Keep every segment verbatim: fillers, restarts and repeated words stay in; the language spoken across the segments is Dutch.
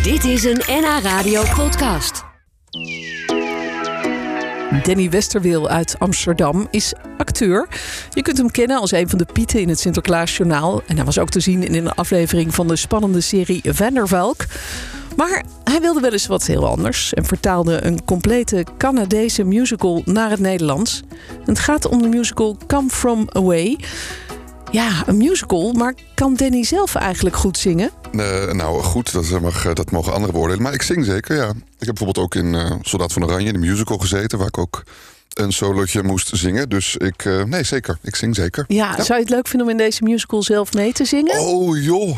Dit is een N H Radio podcast. Danny Westerweel uit Amsterdam is acteur. Je kunt hem kennen als een van de Pieten in het Sinterklaasjournaal. En hij was ook te zien in een aflevering van de spannende serie Van der Valk. Maar hij wilde wel eens wat heel anders en vertaalde een complete Canadese musical naar het Nederlands. Het gaat om de musical Come From Away. Ja, een musical, maar kan Danny zelf eigenlijk goed zingen? Uh, nou, goed, dat, mag, dat mogen anderen beoordelen. Maar ik zing zeker, ja. Ik heb bijvoorbeeld ook in uh, Soldaat van Oranje, de musical gezeten, waar ik ook een solootje moest zingen. Dus ik, uh, nee, zeker. Ik zing zeker. Ja, ja, zou je het leuk vinden om in deze musical zelf mee te zingen? Oh, joh.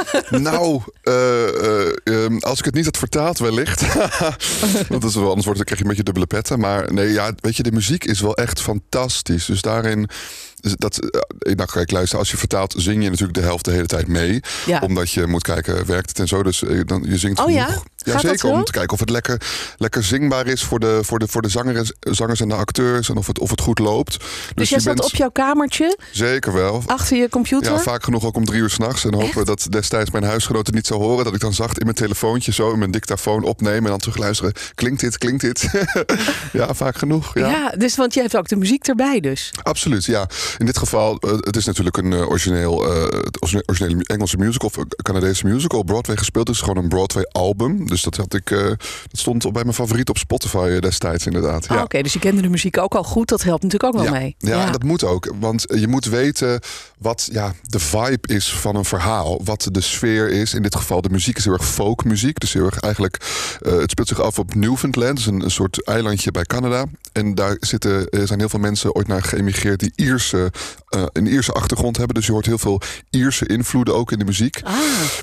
nou, uh, uh, uh, als ik het niet had vertaald, wellicht. Want dat is wel, anders wordt, dan krijg je een beetje dubbele petten. Maar nee, ja, weet je, de muziek is wel echt fantastisch. Dus daarin... Dat, nou, kijk, luister, als je vertaalt, zing je natuurlijk de helft de hele tijd mee. Ja. Omdat je moet kijken, werkt het en zo. Dus dan, je zingt oh, genoeg. Ja? Ja, zeker. Om te kijken of het lekker, lekker zingbaar is voor de, voor de, voor de zangers, zangers en de acteurs. En of het, of het goed loopt. Dus, dus jij zat bent... op jouw kamertje? Zeker wel. Achter je computer? Ja, vaak genoeg ook om drie uur 's nachts. En hopen Echt? dat destijds mijn huisgenoten niet zou horen. Dat ik dan zacht in mijn telefoontje zo in mijn dictafoon opneem. En dan terugluisteren. Klinkt dit, klinkt dit? ja, vaak genoeg. Ja. ja, dus want jij hebt ook de muziek erbij dus? Absoluut, ja. In dit geval, uh, het is natuurlijk een uh, origineel, uh, originele Engelse musical. Of Canadese musical. Broadway gespeeld. Het is gewoon een Broadway album. Dus dat had ik... Uh, dat stond bij mijn favoriet op Spotify destijds inderdaad. Ah, ja. Oké, okay, dus je kende de muziek ook al goed. Dat helpt natuurlijk ook wel ja, mee. Ja, ja, dat moet ook. Want je moet weten wat ja, de vibe is van een verhaal. Wat de sfeer is. In dit geval de muziek is heel erg folkmuziek. Dus heel erg eigenlijk... Uh, het speelt zich af op Newfoundland. Dus een, een soort eilandje bij Canada. En daar zitten, er zijn heel veel mensen ooit naar geëmigreerd... die Ierse, uh, een Ierse achtergrond hebben. Dus je hoort heel veel Ierse invloeden ook in de muziek. Ah.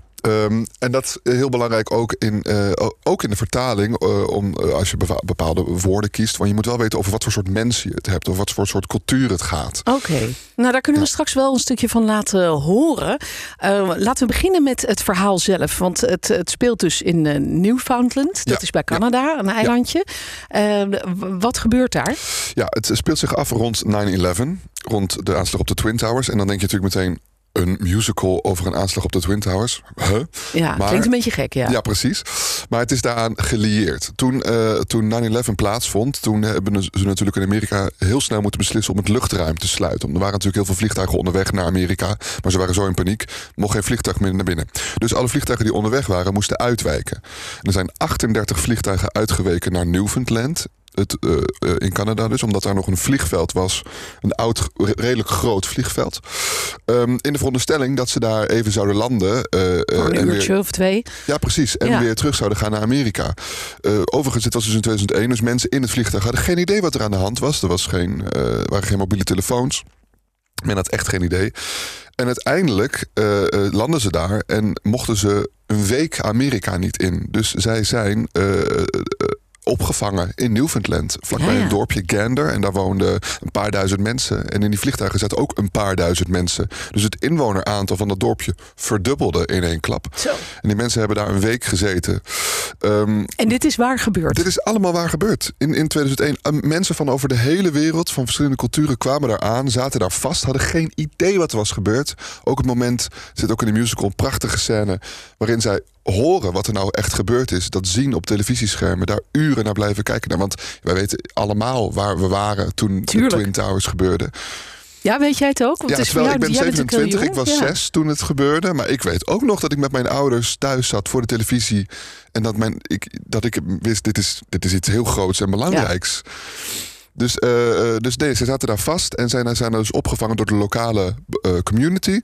Um, en dat is heel belangrijk ook in, uh, ook in de vertaling, uh, om, uh, als je bewa- bepaalde woorden kiest. Want je moet wel weten over wat voor soort mensen je het hebt, of wat voor soort cultuur het gaat. Oké, okay. Nou daar kunnen we ja. straks wel een stukje van laten horen. Uh, laten we beginnen met het verhaal zelf. Want het, het speelt dus in uh, Newfoundland, dat ja. is bij Canada, ja. een eilandje. Ja. Uh, wat gebeurt daar? Ja, het speelt zich af rond nine eleven, rond de aanslag op de Twin Towers. En dan denk je natuurlijk meteen... een musical over een aanslag op de Twin Towers. Huh? Ja, maar, klinkt een beetje gek, ja. Ja, precies. Maar het is daaraan gelieerd. Toen, uh, toen nine eleven plaatsvond... toen hebben ze natuurlijk in Amerika heel snel moeten beslissen... om het luchtruim te sluiten. Er waren natuurlijk heel veel vliegtuigen onderweg naar Amerika... maar ze waren zo in paniek. Er mocht geen vliegtuig meer naar binnen. Dus alle vliegtuigen die onderweg waren, moesten uitwijken. En er zijn achtendertig vliegtuigen uitgeweken naar Newfoundland... Het, uh, uh, in Canada dus, omdat daar nog een vliegveld was. Een oud, redelijk groot vliegveld. Um, in de veronderstelling dat ze daar even zouden landen. Uh, Voor een en uurtje weer, of twee. Ja, precies. En ja. weer terug zouden gaan naar Amerika. Uh, overigens, dit was dus in tweeduizend één. Dus mensen in het vliegtuig hadden geen idee wat er aan de hand was. Er was geen, uh, waren geen mobiele telefoons. Men had echt geen idee. En uiteindelijk uh, uh, landden ze daar en mochten ze een week Amerika niet in. Dus zij zijn... Uh, uh, opgevangen in Newfoundland, vlakbij ja, ja. een dorpje Gander. En daar woonden een paar duizend mensen. En in die vliegtuigen zaten ook een paar duizend mensen. Dus het inwoneraantal van dat dorpje verdubbelde in één klap. Zo. En die mensen hebben daar een week gezeten. Um, en dit is waar gebeurd? Dit is allemaal waar gebeurd. In, in tweeduizend één. Um, mensen van over de hele wereld, van verschillende culturen, kwamen daar aan, zaten daar vast, hadden geen idee wat er was gebeurd. Ook het moment, zit ook in de musical een prachtige scène, waarin zij horen wat er nou echt gebeurd is. Dat zien op televisieschermen. Daar uren naar blijven kijken. Naar, want wij weten allemaal waar we waren toen Tuurlijk. de Twin Towers gebeurde. Ja, weet jij het ook? Want ja, het is terwijl jou, ik ben zevenentwintig, ik was ja. zes toen het gebeurde. Maar ik weet ook nog dat ik met mijn ouders thuis zat voor de televisie. En dat, mijn, ik, dat ik wist, dit is, dit is iets heel groots en belangrijks. Ja. Dus, uh, dus nee, ze zaten daar vast en zijn, zijn dus opgevangen door de lokale uh, community.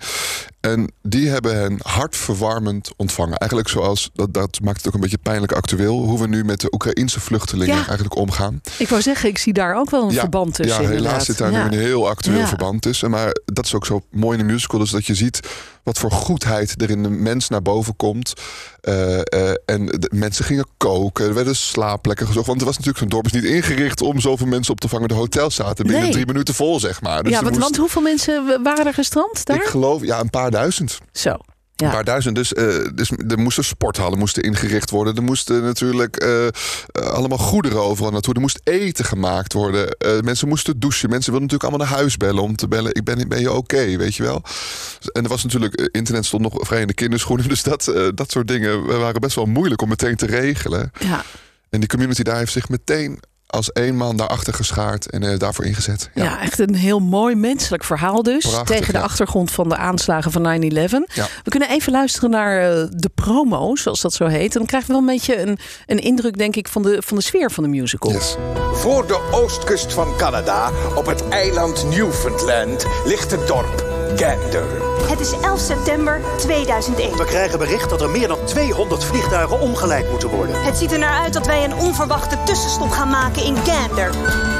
En die hebben hen hartverwarmend ontvangen. Eigenlijk zoals, dat, dat maakt het ook een beetje pijnlijk actueel, hoe we nu met de Oekraïense vluchtelingen ja. eigenlijk omgaan. Ik wou zeggen, ik zie daar ook wel een ja, verband tussen. Ja, helaas inderdaad. zit daar ja. nu een heel actueel ja. verband tussen. Maar dat is ook zo mooi in de musical, dus dat je ziet wat voor goedheid er in de mens naar boven komt. Uh, uh, en de mensen gingen koken, er werden slaapplekken gezocht. Want er was natuurlijk, zo'n dorp is niet ingericht om zoveel mensen op te vangen. De hotels zaten binnen nee. drie minuten vol, zeg maar. Dus ja, want, moest... want hoeveel mensen waren er gestrand daar? Ik geloof, ja, een paar duizend. Zo. Ja. Waar duizend dus, uh, dus er moesten sporthallen moesten ingericht worden. Er moesten natuurlijk uh, uh, allemaal goederen overal naartoe. Er moest eten gemaakt worden. Uh, mensen moesten douchen. Mensen wilden natuurlijk allemaal naar huis bellen om te bellen. Ik ben, ben je oké, okay, weet je wel? En er was natuurlijk, uh, internet stond nog vrij in de kinderschoenen. Dus dat, uh, dat soort dingen waren best wel moeilijk om meteen te regelen. Ja. En die community daar heeft zich meteen als één man daarachter geschaard en uh, daarvoor ingezet. Ja. ja, echt een heel mooi menselijk verhaal dus. Prachtig, tegen de ja. achtergrond van de aanslagen van nine eleven. Ja. We kunnen even luisteren naar uh, de promo, zoals dat zo heet. En dan krijgen we wel een beetje een, een indruk, denk ik, van de, van de sfeer van de musical. Yes. Voor de oostkust van Canada, op het eiland Newfoundland, ligt het dorp Gander. Het is elf september tweeduizend één. We krijgen bericht dat er meer dan tweehonderd vliegtuigen omgeleid moeten worden. Het ziet er naar uit dat wij een onverwachte tussenstop gaan maken in Gander.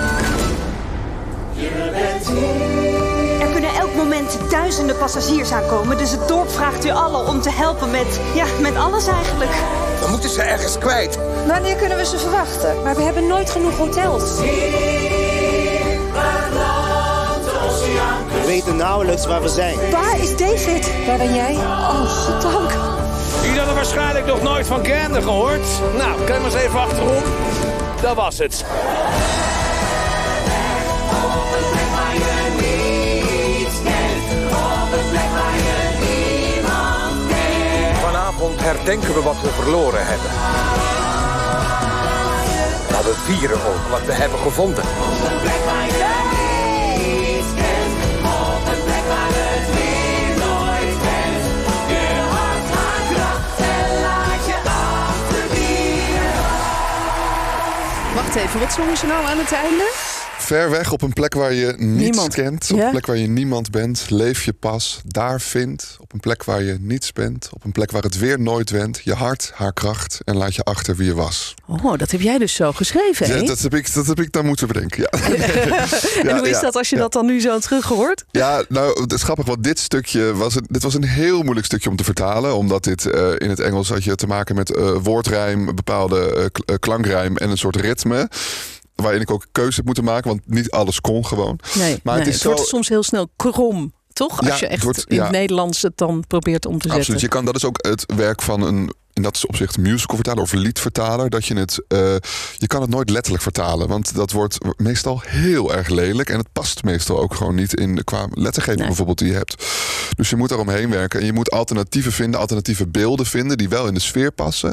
Er kunnen elk moment duizenden passagiers aankomen, dus het dorp vraagt u allen om te helpen met, ja, met alles eigenlijk. We moeten ze ergens kwijt. Wanneer kunnen we ze verwachten? Maar we hebben nooit genoeg hotels. We weten nauwelijks waar we zijn. Waar is David? Waar ben jij? Oh, goddank. Jullie hadden waarschijnlijk nog nooit van Gander gehoord. Nou, kijk maar eens even achterom. Dat was het. Vanavond herdenken we wat we verloren hebben. Maar we vieren ook wat we hebben gevonden. Wacht even, wat zongen ze nou aan het einde? Ver weg op een plek waar je niets niemand kent. Op ja? een plek waar je niemand bent. Leef je pas. Daar vindt. Op een plek waar je niets bent. Op een plek waar het weer nooit went. Je hart, haar kracht. En laat je achter wie je was. Oh, dat heb jij dus zo geschreven, hè? Ja, dat heb ik, dat heb ik dan moeten bedenken, ja. En hoe is ja, dat als je ja. dat dan nu zo terug hoort? Ja, nou, het is grappig, want dit stukje was een, dit was een heel moeilijk stukje om te vertalen. Omdat dit uh, in het Engels had je te maken met uh, woordrijm, een bepaalde uh, k- uh, klankrijm en een soort ritme. Waarin ik ook keuze heb moeten maken, want niet alles kon gewoon. Nee, maar nee, het, is het wordt wel... soms heel snel krom, toch? Als Ja, je echt het wordt, in ja. het Nederlands het dan probeert om te zetten. Absoluut, je kan, dat is ook het werk van een, in dat opzicht musicalvertaler of liedvertaler. Dat je het, uh, je kan het nooit letterlijk vertalen. Want dat wordt meestal heel erg lelijk. En het past meestal ook gewoon niet in qua lettergeving Nee. bijvoorbeeld die je hebt. Dus je moet daaromheen werken. En je moet alternatieven vinden, alternatieve beelden vinden die wel in de sfeer passen.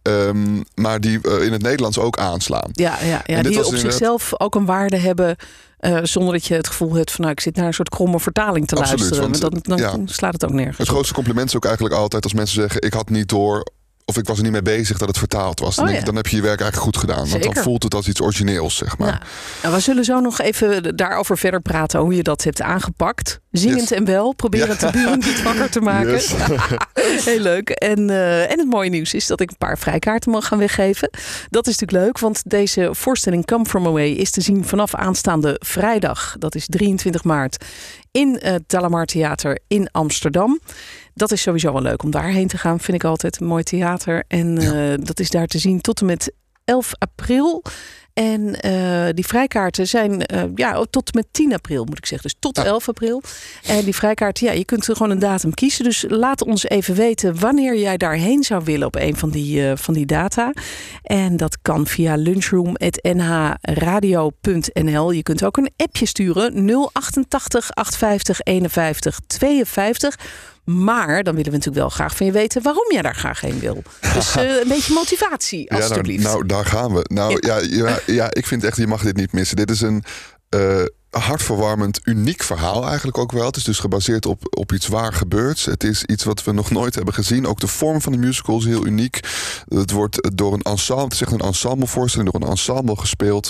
Um, maar die uh, in het Nederlands ook aanslaan. Ja, ja, ja En dit die was op inderdaad- zichzelf ook een waarde hebben. Uh, zonder dat je het gevoel hebt van nou, ik zit naar een soort kromme vertaling te Absoluut, luisteren. want, Want dan, dan ja. slaat het ook nergens Het op. grootste compliment is ook eigenlijk altijd als mensen zeggen, ik had niet door, of ik was er niet mee bezig dat het vertaald was. Dan, Oh, denk ik, ja. dan heb je je werk eigenlijk goed gedaan. Want Zeker. dan voelt het als iets origineels, zeg maar. Ja. Nou, we zullen zo nog even daarover verder praten hoe je dat hebt aangepakt. Zingend Yes. en wel. Proberen Ja. de buren niet wakker te maken. Yes. Heel leuk. En, uh, en het mooie nieuws is dat ik een paar vrijkaarten mag gaan weggeven. Dat is natuurlijk leuk, want deze voorstelling Come From Away is te zien vanaf aanstaande vrijdag. Dat is drieëntwintig maart in het Dalamar Theater in Amsterdam. Dat is sowieso wel leuk om daarheen te gaan, vind ik altijd een mooi theater. En uh, ja. dat is daar te zien tot en met elf april. En uh, die vrijkaarten zijn uh, ja, tot met tien april, moet ik zeggen. Dus tot ja. elf april. En die vrijkaarten, ja, je kunt er gewoon een datum kiezen. Dus laat ons even weten wanneer jij daarheen zou willen op een van die, uh, van die data. En dat kan via lunchroom punt n h radio punt n l. Je kunt ook een appje sturen. nul achtentachtig achthonderdvijftig eenenvijftig tweeënvijftig. Maar dan willen we natuurlijk wel graag van je weten waarom jij daar graag heen wil. Dus uh, een beetje motivatie, alstublieft. Ja, nou, nou, daar gaan we. Nou, ja. Ja, ja, ja, ik vind echt, je mag dit niet missen. Dit is een uh, hartverwarmend, uniek verhaal eigenlijk ook wel. Het is dus gebaseerd op, op iets waar gebeurd. Het is iets wat we nog nooit hebben gezien. Ook de vorm van de musical is heel uniek. Het wordt door een ensemble, het is echt een ensemblevoorstelling, door een ensemble gespeeld.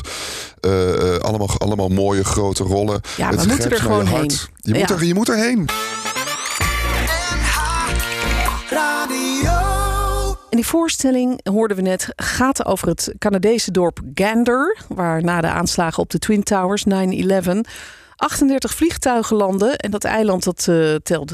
Uh, allemaal, allemaal mooie grote rollen. Ja, het we moeten er gewoon heen. Je, ja. moet er, je moet erheen. En die voorstelling, hoorden we net, gaat over het Canadese dorp Gander, waar na de aanslagen op de Twin Towers, nine eleven, achtendertig vliegtuigen landen. En dat eiland dat uh, telde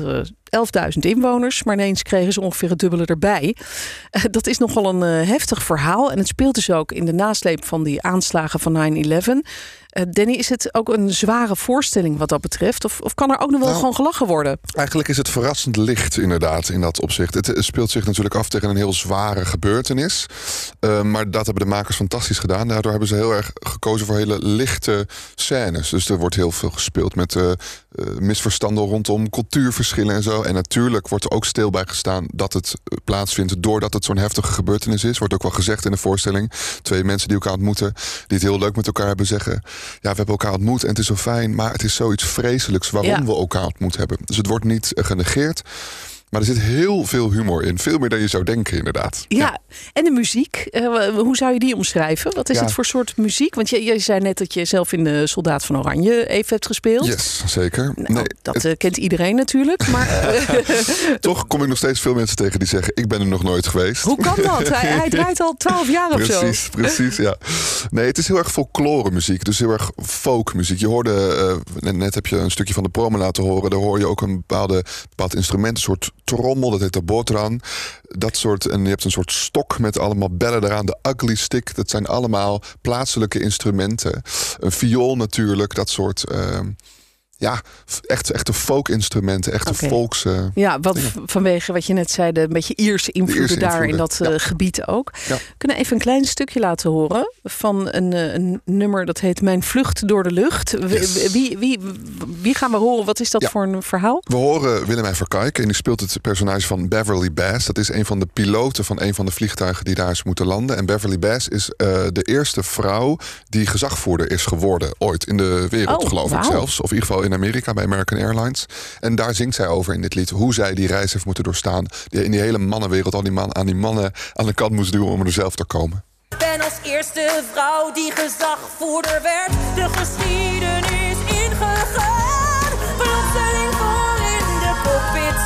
elfduizend inwoners, maar ineens kregen ze ongeveer het dubbele erbij. Uh, dat is nogal een uh, heftig verhaal. En het speelt dus ook in de nasleep van die aanslagen van nine eleven. Uh, Danny, is het ook een zware voorstelling wat dat betreft? Of, of kan er ook nog wel nou, gewoon gelachen worden? Eigenlijk is het verrassend licht inderdaad in dat opzicht. Het speelt zich natuurlijk af tegen een heel zware gebeurtenis. Uh, maar dat hebben de makers fantastisch gedaan. Daardoor hebben ze heel erg gekozen voor hele lichte scènes. Dus er wordt heel veel gespeeld met uh, uh, misverstanden rondom cultuurverschillen en zo. En natuurlijk wordt er ook stil bij gestaan dat het plaatsvindt doordat het zo'n heftige gebeurtenis is. Wordt ook wel gezegd in de voorstelling. Twee mensen die elkaar ontmoeten, die het heel leuk met elkaar hebben, zeggen: ja, we hebben elkaar ontmoet en het is zo fijn, maar het is zoiets vreselijks waarom ja. we elkaar ontmoet hebben. Dus het wordt niet uh, genegeerd. Maar er zit heel veel humor in. Veel meer dan je zou denken, inderdaad. Ja, ja. En de muziek. Uh, hoe zou je die omschrijven? Wat is ja. het voor soort muziek? Want je, je zei net dat je zelf in de Soldaat van Oranje even hebt gespeeld. Yes, zeker. Nou, nee, dat het... uh, kent iedereen natuurlijk. Maar toch kom ik nog steeds veel mensen tegen die zeggen: ik ben er nog nooit geweest. Hoe kan dat? hij, hij draait al twaalf jaar of precies, zo. Precies, precies, ja. Nee, het is heel erg folklore muziek. Dus heel erg folkmuziek. Je hoorde, uh, net heb je een stukje van de promo laten horen. Daar hoor je ook een bepaalde, bepaald instrument, een soort trommel, dat heet de botran. Dat soort, en je hebt een soort stok met allemaal bellen eraan. De ugly stick, dat zijn allemaal plaatselijke instrumenten. Een viool natuurlijk, dat soort... Uh, Ja, echt, echte folk-instrumenten, echte okay. volks... Uh, ja, wat dingen. vanwege wat je net zei, de een beetje Ierse invloeden, Ierse invloeden daar in dat uh, ja. gebied ook. Ja. We kunnen even een klein stukje laten horen van een, een nummer dat heet Mijn Vlucht door de Lucht. Yes. Wie, wie, wie gaan we horen? Wat is dat ja. voor een verhaal? We horen Willemijn Verkuyk en die speelt het personage van Beverly Bass. Dat is een van de piloten van een van de vliegtuigen die daar is moeten landen. En Beverly Bass is uh, de eerste vrouw die gezagvoerder is geworden ooit in de wereld, oh, geloof wow. ik zelfs. Of in ieder geval in Amerika bij American Airlines. En daar zingt zij over in dit lied hoe zij die reis heeft moeten doorstaan. Die in die hele mannenwereld al die man, aan die mannen aan de kant moest duwen om er zelf te komen. Ik ben als eerste vrouw die gezagvoerder werd de geschiedenis ingegaan. Plotseling voor in de cockpit.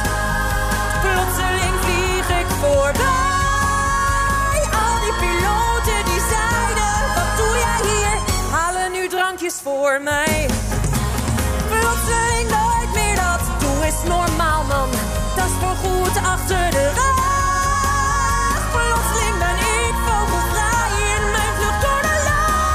Plotseling vlieg ik voorbij. Al die piloten die zeiden: wat doe jij hier? Halen nu drankjes voor mij. Plotseling nooit meer dat. Doe eens normaal, man. Dat is voorgoed achter de rug. Plotseling ben ik vogelvrij in mijn vlucht door de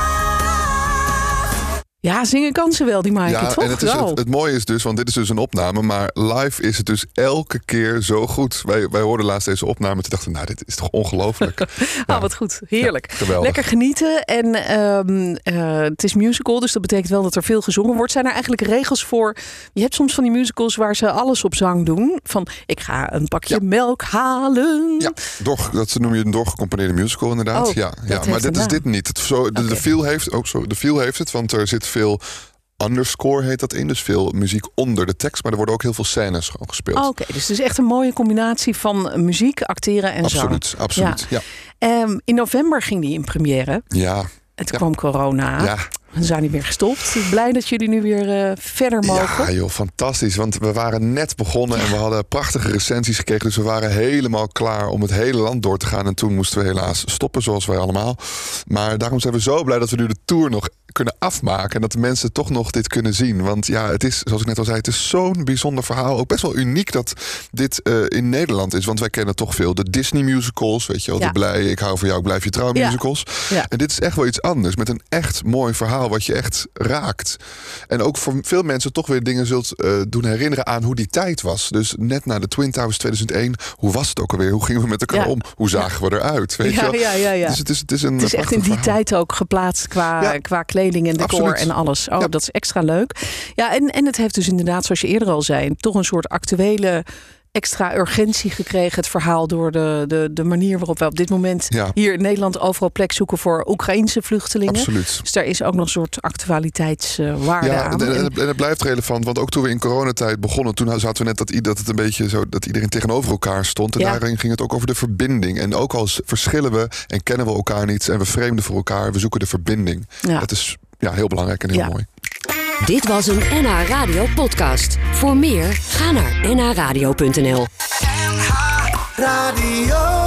lucht. Ja, zingen kan ze wel, die Maaike, ja, toch? En het, is het, het mooie is dus, want dit is dus een opname, maar live is het dus elke keer zo goed. Wij, wij hoorden laatst deze opname, toen dachten we, nou, dit is toch ongelooflijk. Ah, ja. wat goed. Heerlijk. Ja, lekker genieten. En um, uh, het is musical, dus dat betekent wel dat er veel gezongen wordt. Zijn er eigenlijk regels voor? Je hebt soms van die musicals waar ze alles op zang doen. Van, ik ga een pakje ja. melk halen. Ja, door, dat noem je een doorgecomponeerde musical inderdaad. Oh, ja, ja. Maar dit is dit niet. Het, zo, de, okay. de feel heeft ook zo. De feel heeft het, want er zit veel underscore heet dat in, dus veel muziek onder de tekst, maar er worden ook heel veel scènes gewoon gespeeld. Oké, okay, dus het is echt een mooie combinatie van muziek, acteren en absoluut, zang. Absoluut, ja. ja. Um, in november ging die in première. Ja. En toen ja. kwam corona. Ja. We zijn niet meer gestopt. Blij dat jullie nu weer uh, verder mogen. Ja joh, fantastisch. Want we waren net begonnen en we hadden prachtige recensies gekregen. Dus we waren helemaal klaar om het hele land door te gaan. En toen moesten we helaas stoppen, zoals wij allemaal. Maar daarom zijn we zo blij dat we nu de tour nog kunnen afmaken. En dat de mensen toch nog dit kunnen zien. Want ja, het is, zoals ik net al zei, het is zo'n bijzonder verhaal. Ook best wel uniek dat dit uh, in Nederland is. Want wij kennen toch veel de Disney musicals. Weet je wel, ja. de Blij, ik hou van jou, ik blijf je trouw musicals. Ja. Ja. En dit is echt wel iets anders. Met een echt mooi verhaal wat je echt raakt. En ook voor veel mensen toch weer dingen zult uh, doen herinneren aan hoe die tijd was. Dus net na de Twin Towers tweeduizend één, hoe was het ook alweer? Hoe gingen we met elkaar ja. om? Hoe zagen we eruit? Weet ja, je wel? Ja, ja, ja. Dus het is, het is, een het is echt in die verhaal. tijd ook geplaatst qua, ja. qua kleding en decor Absoluut. En alles. Oh, ja. Dat is extra leuk. Ja, en, en het heeft dus inderdaad, zoals je eerder al zei, toch een soort actuele extra urgentie gekregen, het verhaal, door de, de, de manier waarop we op dit moment ja. hier in Nederland overal plek zoeken voor Oekraïense vluchtelingen. Absoluut. Dus daar is ook nog een soort actualiteitswaarde ja, aan. En, en, en het blijft relevant, want ook toen we in coronatijd begonnen, toen zaten we net dat, dat het een beetje zo, dat iedereen tegenover elkaar stond. En ja. daarin ging het ook over de verbinding. En ook al verschillen we en kennen we elkaar niet en we vreemden voor elkaar, we zoeken de verbinding. Ja. Dat is ja, heel belangrijk en heel ja. mooi. Dit was een N H Radio podcast. Voor meer, ga naar n h radio punt n l. N H Radio.